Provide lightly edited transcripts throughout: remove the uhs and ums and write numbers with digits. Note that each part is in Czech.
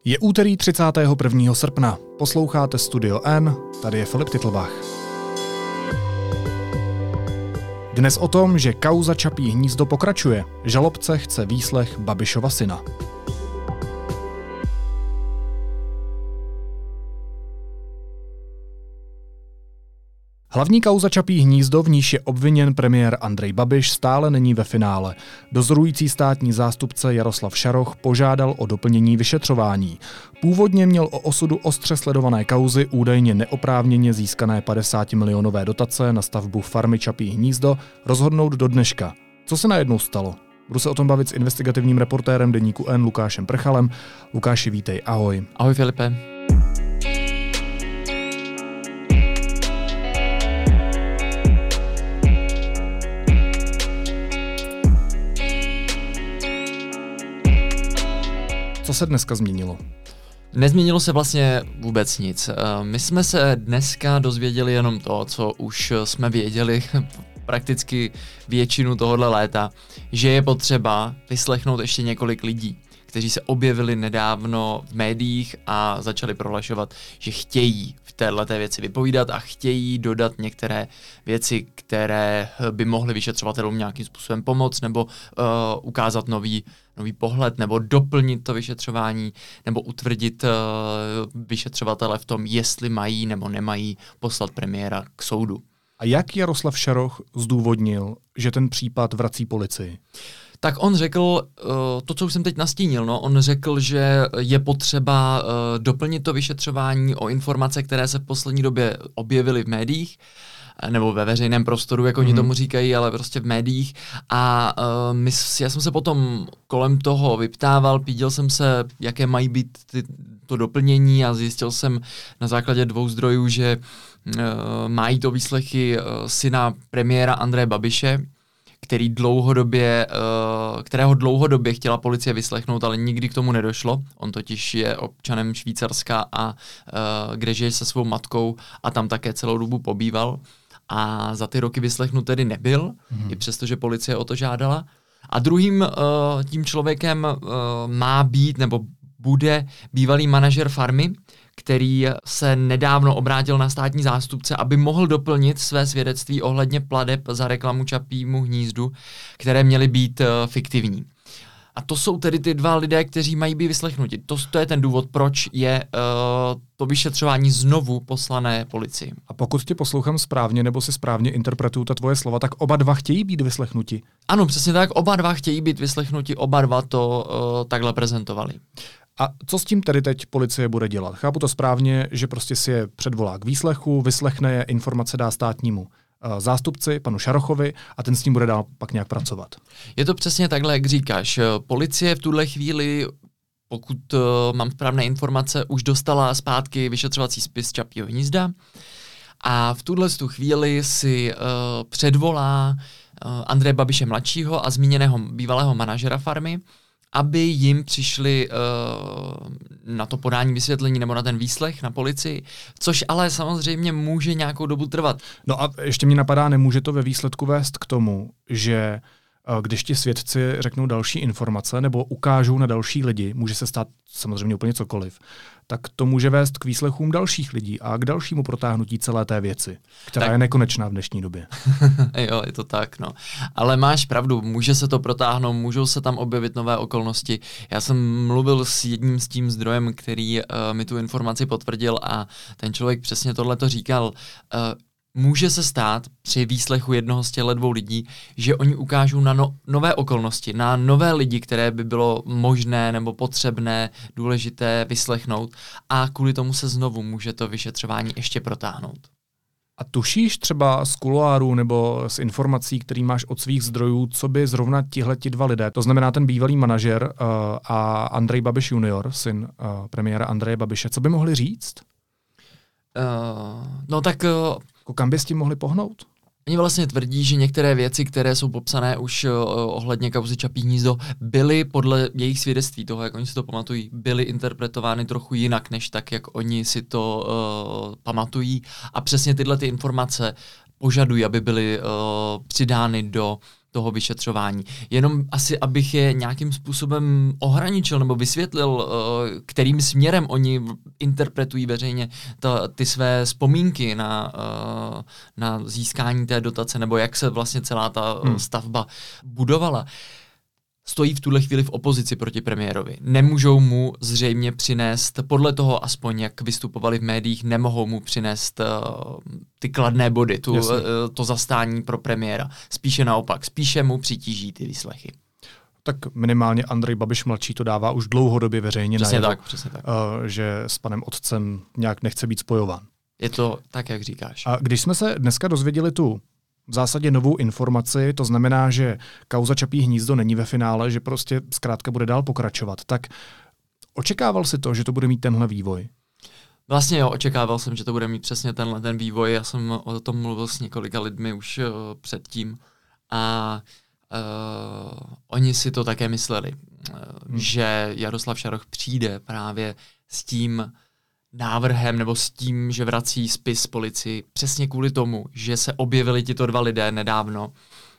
Je úterý 31. srpna. Posloucháte Studio N, tady je Filip Titlbach. Dnes o tom, že kauza Čapí hnízdo pokračuje. Žalobce chce výslech Babišova syna. Hlavní kauza Čapí hnízdo, v níž je obviněn premiér Andrej Babiš, stále není ve finále. Dozorující státní zástupce Jaroslav Šaroch požádal o doplnění vyšetřování. Původně měl o osudu ostře sledované kauzy údajně neoprávněně získané 50milionové dotace na stavbu farmy Čapí hnízdo rozhodnout do dneška. Co se najednou stalo? Budu se o tom bavit s investigativním reportérem deníku N Lukášem Prchalem. Lukáši, vítej, ahoj. Ahoj Filipe. Co se dneska změnilo? Nezměnilo se vlastně vůbec nic. My jsme se dneska dozvěděli jenom to, co už jsme věděli prakticky většinu tohohle léta, že je potřeba vyslechnout ještě několik lidí, kteří se objevili nedávno v médiích a začali prohlašovat, že chtějí v téhleté věci vypovídat a chtějí dodat některé věci, které by mohly vyšetřovatelům nějakým způsobem pomoct nebo ukázat nový pohled, nebo doplnit to vyšetřování, nebo utvrdit vyšetřovatele v tom, jestli mají nebo nemají poslat premiéra k soudu. A jak Jaroslav Šaroch zdůvodnil, že ten případ vrací policii? Tak on řekl to, co už jsem teď nastínil. On řekl, že je potřeba doplnit to vyšetřování o informace, které se v poslední době objevily v médiích, nebo ve veřejném prostoru, jak oni tomu říkají, ale prostě v médiích. A já jsem se potom kolem toho vyptával, pídil jsem se, jaké mají být to doplnění a zjistil jsem na základě 2 zdrojů, že mají to výslechy syna premiéra Andreje Babiše, kterého dlouhodobě chtěla policie vyslechnout, ale nikdy k tomu nedošlo. On totiž je občanem Švýcarska, kde žije se svou matkou a tam také celou dobu pobýval. A za ty roky vyslechnut tedy nebyl, i přesto, že policie o to žádala. A druhým tím člověkem má být nebo bude bývalý manažer farmy, který se nedávno obrátil na státní zástupce, aby mohl doplnit své svědectví ohledně plateb za reklamu Čapímu hnízdu, které měly být fiktivní. A to jsou tedy ty 2 lidé, kteří mají být vyslechnuti. To je ten důvod, proč je to vyšetřování znovu poslané policii. A pokud tě poslouchám správně, nebo si správně interpretuju ta tvoje slova, tak oba 2 chtějí být vyslechnuti. Ano, přesně tak, oba 2 chtějí být vyslechnuti, oba 2 to takhle prezentovali. A co s tím tedy teď policie bude dělat? Chápu to správně, že prostě si je předvolá k výslechu, vyslechne je, informace dá státnímu zástupci, panu Šarochovi, a ten s ním bude dál pak nějak pracovat. Je to přesně takhle, jak říkáš. Policie v tuhle chvíli, pokud mám správné informace, už dostala zpátky vyšetřovací spis Čapího hnízda a v tuhle chvíli si předvolá Andreje Babiše mladšího a zmíněného bývalého manažera farmy, aby jim přišli na to podání vysvětlení nebo na ten výslech na policii, což ale samozřejmě může nějakou dobu trvat. No a ještě mě napadá, nemůže to ve výsledku vést k tomu, že když ti svědci řeknou další informace nebo ukážou na další lidi, může se stát samozřejmě úplně cokoliv, tak to může vést k výslechům dalších lidí a k dalšímu protáhnutí celé té věci, která je nekonečná v dnešní době. Jo, je to tak, no. Ale máš pravdu, může se to protáhnout, můžou se tam objevit nové okolnosti. Já jsem mluvil s jedním s tím zdrojem, který mi tu informaci potvrdil a ten člověk přesně tohleto říkal. Může se stát při výslechu jednoho z těchto 2 lidí, že oni ukážou na nové okolnosti, na nové lidi, které by bylo možné nebo potřebné, důležité vyslechnout a kvůli tomu se znovu může to vyšetřování ještě protáhnout. A tušíš třeba z kuloárů nebo z informací, který máš od svých zdrojů, co by zrovna tihleti 2 lidé, to znamená ten bývalý manažer a Andrej Babiš junior, syn premiéra Andreje Babiše, co by mohli říct? Kam by s tím mohli pohnout? Oni vlastně tvrdí, že některé věci, které jsou popsané už ohledně kauzy Čapí hnízdo, byly podle jejich svědectví, toho, jak oni si to pamatují, byly interpretovány trochu jinak, než tak, jak oni si to pamatují. A přesně tyhle ty informace požadují, aby byly přidány do toho vyšetřování. Jenom asi, abych je nějakým způsobem ohraničil nebo vysvětlil, kterým směrem oni interpretují veřejně ty své vzpomínky na získání té dotace, nebo jak se vlastně celá ta stavba budovala. Stojí v tuhle chvíli v opozici proti premiérovi. Nemůžou mu zřejmě přinést, podle toho aspoň, jak vystupovali v médiích, nemohou mu přinést ty kladné body, to zastání pro premiéra. Spíše naopak, spíše mu přitíží ty výslechy. Tak minimálně Andrej Babiš mladší to dává už dlouhodobě veřejně najevo, přesně tak. Že s panem otcem nějak nechce být spojován. Je to tak, jak říkáš. A když jsme se dneska dozvěděli tu v zásadě novou informaci, to znamená, že kauza Čapí hnízdo není ve finále, že prostě zkrátka bude dál pokračovat, tak očekával si to, že to bude mít tenhle vývoj? Vlastně jo, očekával jsem, že to bude mít přesně ten vývoj. Já jsem o tom mluvil s několika lidmi už předtím a oni si to také mysleli, že Jaroslav Šaroch přijde právě s tím návrhem nebo s tím, že vrací spis policii přesně kvůli tomu, že se objevili tito dva lidé nedávno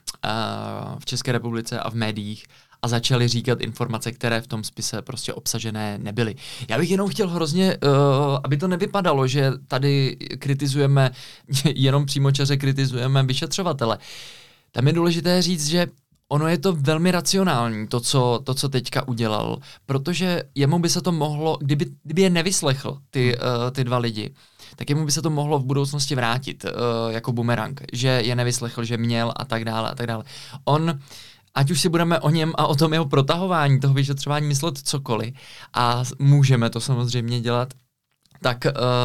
v České republice a v médiích a začali říkat informace, které v tom spise prostě obsažené nebyly. Já bych jenom chtěl hrozně, aby to nevypadalo, že tady kritizujeme, jenom přímočaře kritizujeme vyšetřovatele. Tam je důležité říct, že ono je to velmi racionální, to, co teďka udělal, protože jemu by se to mohlo, kdyby je nevyslechl, ty dva lidi, tak jemu by se to mohlo v budoucnosti vrátit jako bumerang, že je nevyslechl, že měl a tak dále a tak dále. On, ať už si budeme o něm a o tom jeho protahování, toho vyšetřování myslet cokoliv, a můžeme to samozřejmě dělat, tak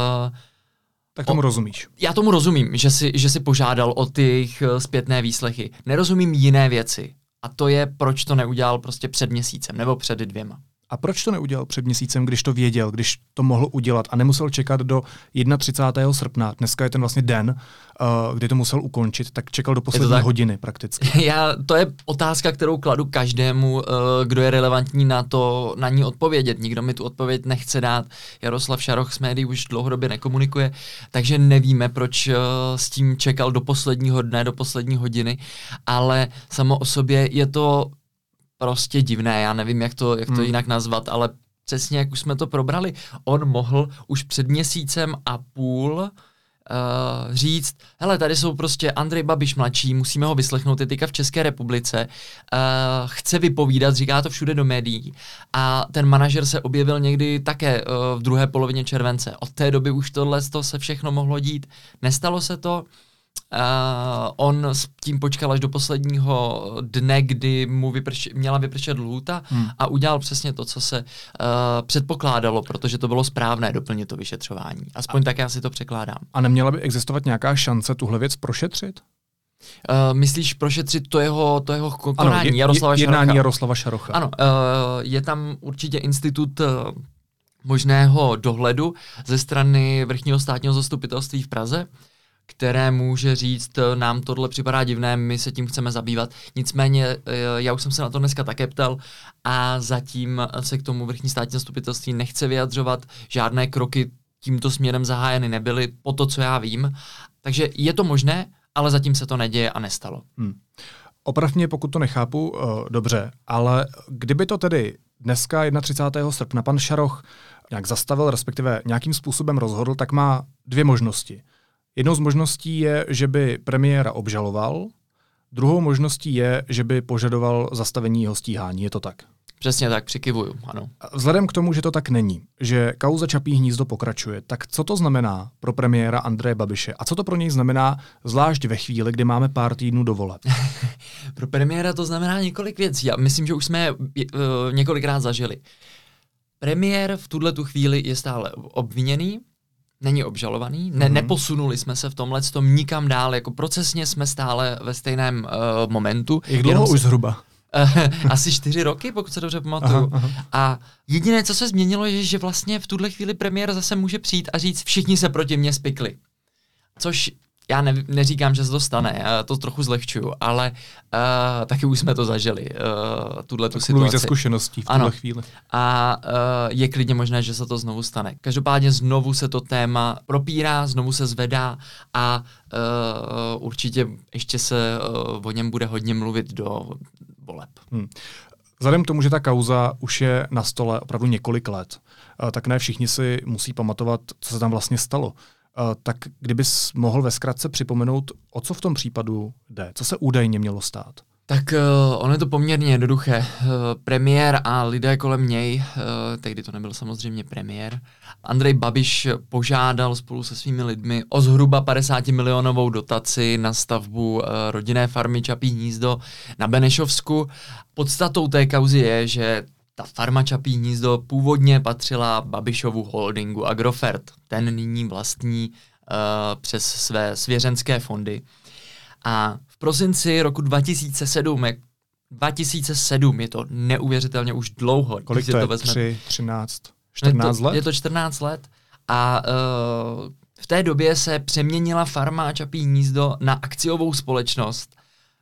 tomu rozumíš. Já tomu rozumím, že si požádal o ty zpětné výslechy. Nerozumím jiné věci. A to je, proč to neudělal prostě před měsícem nebo před 2. A proč to neudělal před měsícem, když to věděl, když to mohl udělat a nemusel čekat do 31. srpna? Dneska je ten vlastně den, kdy to musel ukončit, tak čekal do poslední hodiny prakticky. To je otázka, kterou kladu každému, kdo je relevantní na ní odpovědět. Nikdo mi tu odpověď nechce dát. Jaroslav Šaroch s médií už dlouhodobě nekomunikuje, takže nevíme, proč s tím čekal do posledního dne, do poslední hodiny, ale samo o sobě je to prostě divné, já nevím, jak to jinak nazvat, ale přesně jak už jsme to probrali, on mohl už před měsícem a půl říct, hele, tady jsou prostě Andrej Babiš mladší, musíme ho vyslechnout, je teďka v České republice, chce vypovídat, říká to všude do médií a ten manažer se objevil někdy také v druhé polovině července. Od té doby už tohle se všechno mohlo dít. Nestalo se to. On s tím počkal až do posledního dne, kdy mu měla vypršet lhůta a udělal přesně to, co se předpokládalo, protože to bylo správné doplnit to vyšetřování. Aspoň tak já si to překládám. A neměla by existovat nějaká šance tuhle věc prošetřit? Myslíš prošetřit to jeho konání jednání Jaroslava Šarocha? Ano, je tam určitě institut možného dohledu ze strany Vrchního státního zastupitelství v Praze, které může říct, nám tohle připadá divné, my se tím chceme zabývat. Nicméně já už jsem se na to dneska také ptal a zatím se k tomu Vrchní státní zastupitelství nechce vyjadřovat. Žádné kroky tímto směrem zahájeny nebyly, po to, co já vím. Takže je to možné, ale zatím se to neděje a nestalo. Oprav mě, pokud to nechápu dobře, ale kdyby to tedy dneska 31. srpna pan Šaroch nějak zastavil, respektive nějakým způsobem rozhodl, tak má 2 možnosti. Jednou z možností je, že by premiéra obžaloval, druhou možností je, že by požadoval zastavení jeho stíhání. Je to tak? Přesně tak, přikivuju, ano. Vzhledem k tomu, že to tak není, že kauza Čapí hnízdo pokračuje, tak co to znamená pro premiéra Andreje Babiše? A co to pro něj znamená, zvlášť ve chvíli, kdy máme pár týdnů do voleb? Pro premiéra to znamená několik věcí. Já myslím, že už jsme je několikrát zažili. Premiér v tuhletu chvíli je stále obviněný, není obžalovaný, neposunuli jsme se v tomhletom nikam dál, jako procesně jsme stále ve stejném momentu. Jak dlouho už zhruba? Asi 4 roky, pokud se dobře pamatuju. Aha. A jediné, co se změnilo, je, že vlastně v tuhle chvíli premiér zase může přijít a říct, všichni se proti mně spikli. Což já neříkám, že se to stane, já to trochu zlehčuju, ale taky už jsme to zažili, tuhletu situaci. Mluví ze zkušeností v tuhle chvíli. A je klidně možné, že se to znovu stane. Každopádně znovu se to téma propírá, znovu se zvedá a určitě ještě se o něm bude hodně mluvit do voleb. Vzhledem k tomu, že ta kauza už je na stole opravdu několik let, tak ne všichni si musí pamatovat, co se tam vlastně stalo. Tak kdybys mohl ve zkratce připomenout, o co v tom případu jde, co se údajně mělo stát? Tak ono je to poměrně jednoduché. Premiér a lidé kolem něj, tehdy to nebyl samozřejmě premiér, Andrej Babiš požádal spolu se svými lidmi o zhruba 50 milionovou dotaci na stavbu rodinné farmy Čapí hnízdo na Benešovsku. Podstatou té kauzy je, že ta farma Čapí hnízdo původně patřila Babišovu holdingu Agrofert. Ten nyní vlastní přes své svěřenské fondy. A v prosinci roku 2007, 2007 je to neuvěřitelně už dlouho. Kolik to je? 13, 14 let? Je to 14 let. A v té době se přeměnila farma Čapí hnízdo na akciovou společnost,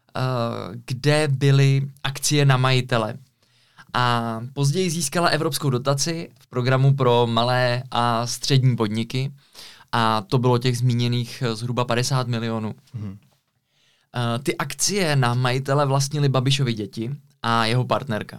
kde byly akcie na majitele. A později získala evropskou dotaci v programu pro malé a střední podniky. A to bylo těch zmíněných zhruba 50 milionů. Ty akcie na majitele vlastnili Babišovi děti a jeho partnerka.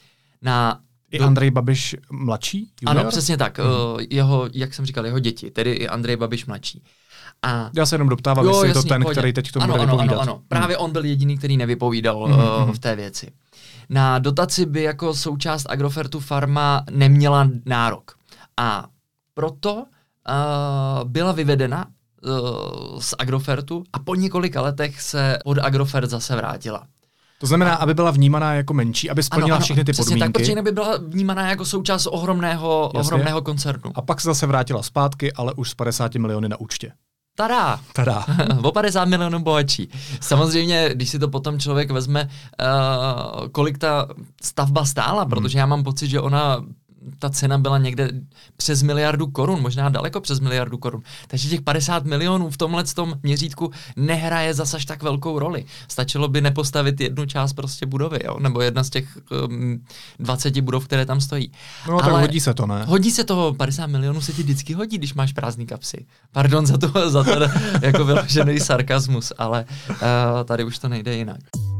I Andrej Babiš mladší? Junior? Ano, přesně tak. Jak jsem říkal, jeho děti, tedy i Andrej Babiš mladší. A já se jenom doptávám, jestli je to ten, který teď k tomu bude vypovídat. Ano. Právě on byl jediný, který nevypovídal v té věci. Na dotaci by jako součást Agrofertu farma neměla nárok. A proto byla vyvedena z Agrofertu a po několika letech se pod Agrofert zase vrátila. To znamená, aby byla vnímaná jako menší, aby splnila všechny ty podmínky. Tak, protože by byla vnímaná jako součást ohromného koncernu. A pak se zase vrátila zpátky, ale už s 50 miliony na účtě. Tada! O 50 milionů bohatší. Samozřejmě, když si to potom člověk vezme, kolik ta stavba stála, protože já mám pocit, že ta cena byla někde přes 1 miliardu korun, možná daleko přes 1 miliardu korun. Takže těch 50 milionů v tomhletom měřítku nehraje zas až tak velkou roli. Stačilo by nepostavit jednu část prostě budovy, jo? Nebo jedna z těch 20 budov, které tam stojí. No tak hodí se to, ne? Hodí se toho, 50 milionů se ti vždycky hodí, když máš prázdný kapsy. Pardon za to jako vyložený sarkazmus, ale tady už to nejde jinak.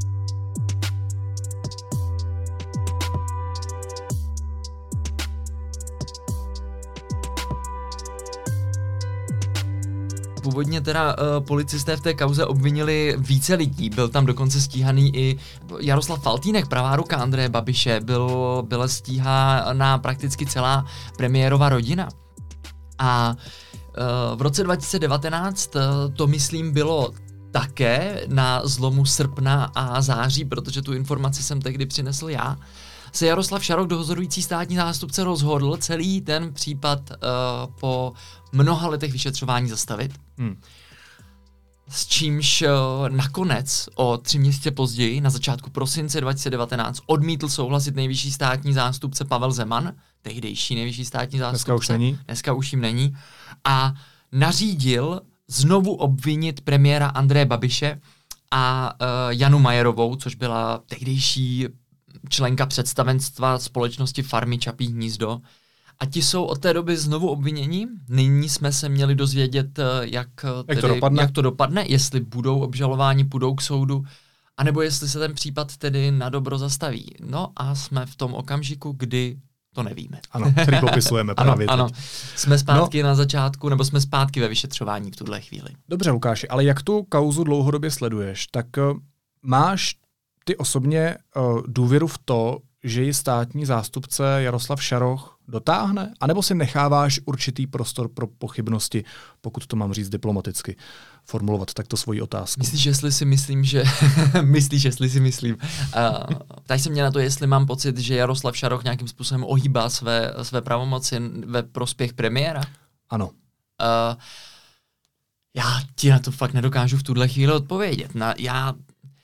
Původně teda policisté v té kauze obvinili více lidí. Byl tam dokonce stíhaný i Jaroslav Faltýnek, pravá ruka Andreje Babiše. Byla stíhána prakticky celá premiérova rodina. A v roce 2019 to myslím bylo také na zlomu srpna a září, protože tu informaci jsem tehdy přinesl já, se Jaroslav Šaroch, dozorující státní zástupce, rozhodl celý ten případ po mnoha letech vyšetřování zastavit. S čímž nakonec o 3 měsíce později, na začátku prosince 2019, odmítl souhlasit nejvyšší státní zástupce Pavel Zeman, tehdejší nejvyšší státní zástupce. Dneska už jim není. A nařídil znovu obvinit premiéra Andreje Babiše a Janu Majerovou, což byla tehdejší členka představenstva společnosti farmy Čapí hnízdo. A ti jsou od té doby znovu obviněni. Nyní jsme se měli dozvědět, jak to dopadne, jestli budou obžalováni, půjdou k soudu, anebo jestli se ten případ tedy na dobro zastaví. No a jsme v tom okamžiku, kdy to nevíme. Ano, který popisujeme právě ano. Jsme zpátky na začátku, nebo jsme zpátky ve vyšetřování v tuhle chvíli. Dobře, Lukáši, ale jak tu kauzu dlouhodobě sleduješ, tak máš ty osobně důvěru v to, že ji státní zástupce Jaroslav Šaroch dotáhne? A nebo si necháváš určitý prostor pro pochybnosti, pokud to mám říct diplomaticky, formulovat takto svoji otázku? Myslíš, jestli si myslím. Ptáš se mě na to, jestli mám pocit, že Jaroslav Šaroch nějakým způsobem ohýbá své pravomoci ve prospěch premiéra? Ano. Já ti na to fakt nedokážu v tuhle chvíli odpovědět.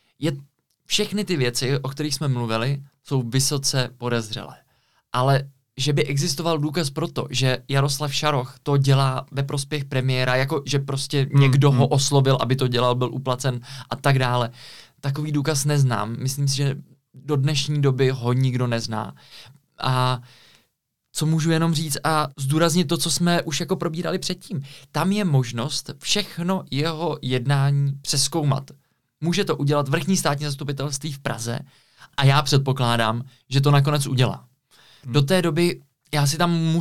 Všechny ty věci, o kterých jsme mluvili, jsou vysoce podezřelé. Ale že by existoval důkaz pro to, že Jaroslav Šaroch to dělá ve prospěch premiéra, jako že prostě někdo ho oslovil, aby to dělal, byl uplacen a tak dále. Takový důkaz neznám. Myslím si, že do dnešní doby ho nikdo nezná. A co můžu jenom říct a zdůraznit to, co jsme už jako probírali předtím. Tam je možnost všechno jeho jednání přezkoumat. Může to udělat vrchní státní zastupitelství v Praze a já předpokládám, že to nakonec udělá. Do té doby já si tam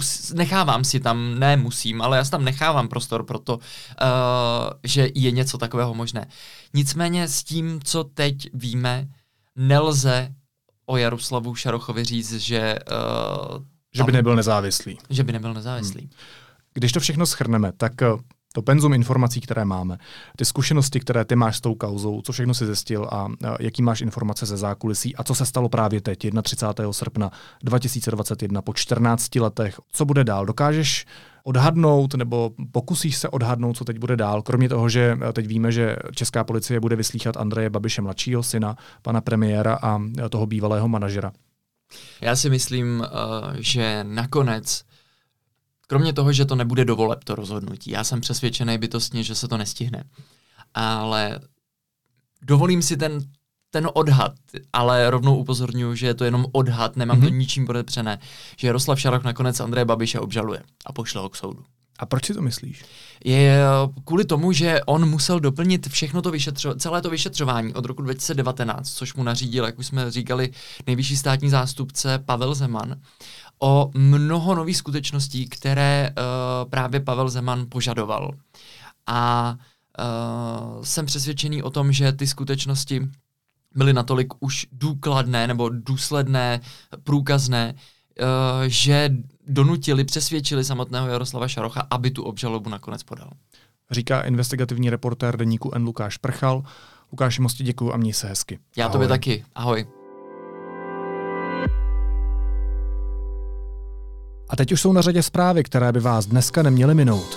ale já si tam nechávám prostor pro to, že je něco takového možné. Nicméně s tím, co teď víme, nelze o Jaroslavu Šarochovi říct, že by nebyl nezávislý. Že by nebyl nezávislý. Když to všechno shrneme, tak to penzum informací, které máme, ty zkušenosti, které ty máš s tou kauzou, co všechno si zjistil a jaký máš informace ze zákulisí a co se stalo právě teď, 31. srpna 2021 po 14 letech, co bude dál? Dokážeš odhadnout nebo pokusíš se odhadnout, co teď bude dál, kromě toho, že teď víme, že česká policie bude vyslýchat Andreje Babiše mladšího, syna pana premiéra a toho bývalého manažera? Já si myslím, že nakonec, kromě toho, že to nebude do voleb, to rozhodnutí, já jsem přesvědčený bytostně, že se to nestihne. Ale dovolím si ten odhad, ale rovnou upozorňuji, že je to jenom odhad, nemám to ničím podepřené, že Jaroslav Šaroch nakonec Andreje Babiše obžaluje a pošle ho k soudu. A proč si to myslíš? Je kvůli tomu, že on musel doplnit všechno to celé to vyšetřování od roku 2019, což mu nařídil, jak už jsme říkali, nejvyšší státní zástupce Pavel Zeman, o mnoho nových skutečností, které právě Pavel Zeman požadoval. A jsem přesvědčený o tom, že ty skutečnosti byly natolik už důkladné nebo důsledné, průkazné, že přesvědčili samotného Jaroslava Šarocha, aby tu obžalobu nakonec podal. Říká investigativní reportér deníku N Lukáš Prchal. Lukáši, moc ti děkuju a měj se hezky. Já Ahoj. Tobě taky. Ahoj. A teď už jsou na řadě zprávy, které by vás dneska neměly minout.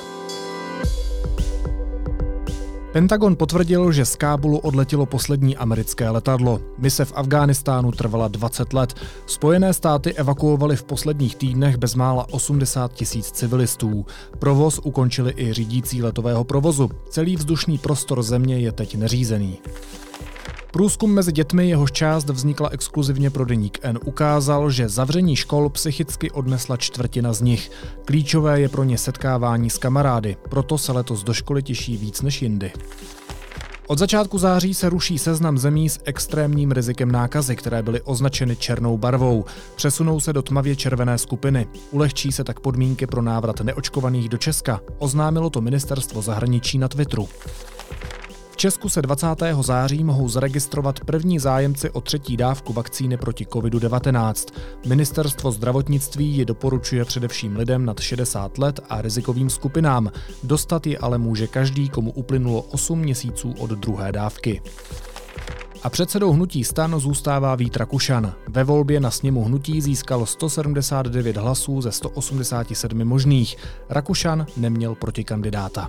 Pentagon potvrdil, že z Kábulu odletělo poslední americké letadlo. Mise v Afghánistánu trvala 20 let. Spojené státy evakuovaly v posledních týdnech bezmála 80 000 civilistů. Provoz ukončili i řídící letového provozu. Celý vzdušný prostor země je teď neřízený. Průzkum mezi dětmi, jehož část vznikla exkluzivně pro deník N, ukázal, že zavření škol psychicky odnesla čtvrtina z nich. Klíčové je pro ně setkávání s kamarády, proto se letos do školy těší víc než jindy. Od začátku září se ruší seznam zemí s extrémním rizikem nákazy, které byly označeny černou barvou. Přesunou se do tmavě červené skupiny. Ulehčí se tak podmínky pro návrat neočkovaných do Česka. Oznámilo to ministerstvo zahraničí na Twitteru. V Česku se 20. září mohou zaregistrovat první zájemci o třetí dávku vakcíny proti COVID-19. Ministerstvo zdravotnictví ji doporučuje především lidem nad 60 let a rizikovým skupinám. Dostat ji ale může každý, komu uplynulo 8 měsíců od druhé dávky. A předsedou hnutí STAN zůstává Vít Rakušan. Ve volbě na sněmu hnutí získal 179 hlasů ze 187 možných. Rakušan neměl protikandidáta.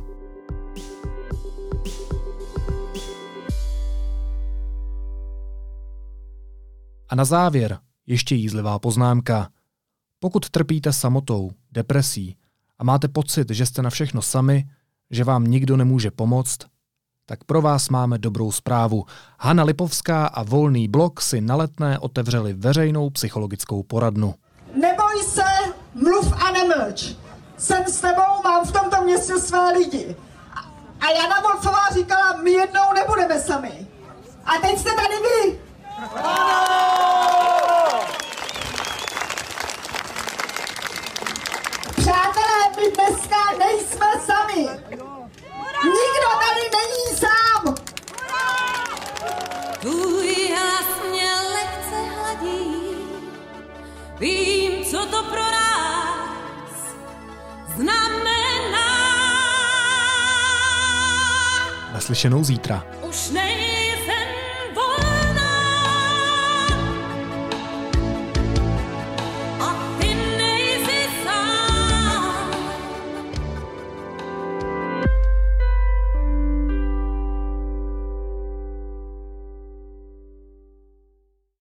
A na závěr ještě jízlivá poznámka. Pokud trpíte samotou, depresí a máte pocit, že jste na všechno sami, že vám nikdo nemůže pomoct, tak pro vás máme dobrou zprávu. Hana Lipovská a Volný blok si na Letné otevřeli veřejnou psychologickou poradnu. Neboj se, mluv a nemlč. Jsem s tebou, mám v tomto městě své lidi. A Jana Wolfová říkala, my jednou nebudeme sami. A teď jste tady vy. Přátelé, my dneska nejsme sami. Nikdo tady není sám. Tvůj hlas mě lehce hladí. Vím, co to pro nás znamená. Naslyšenou zítra. Už nejde.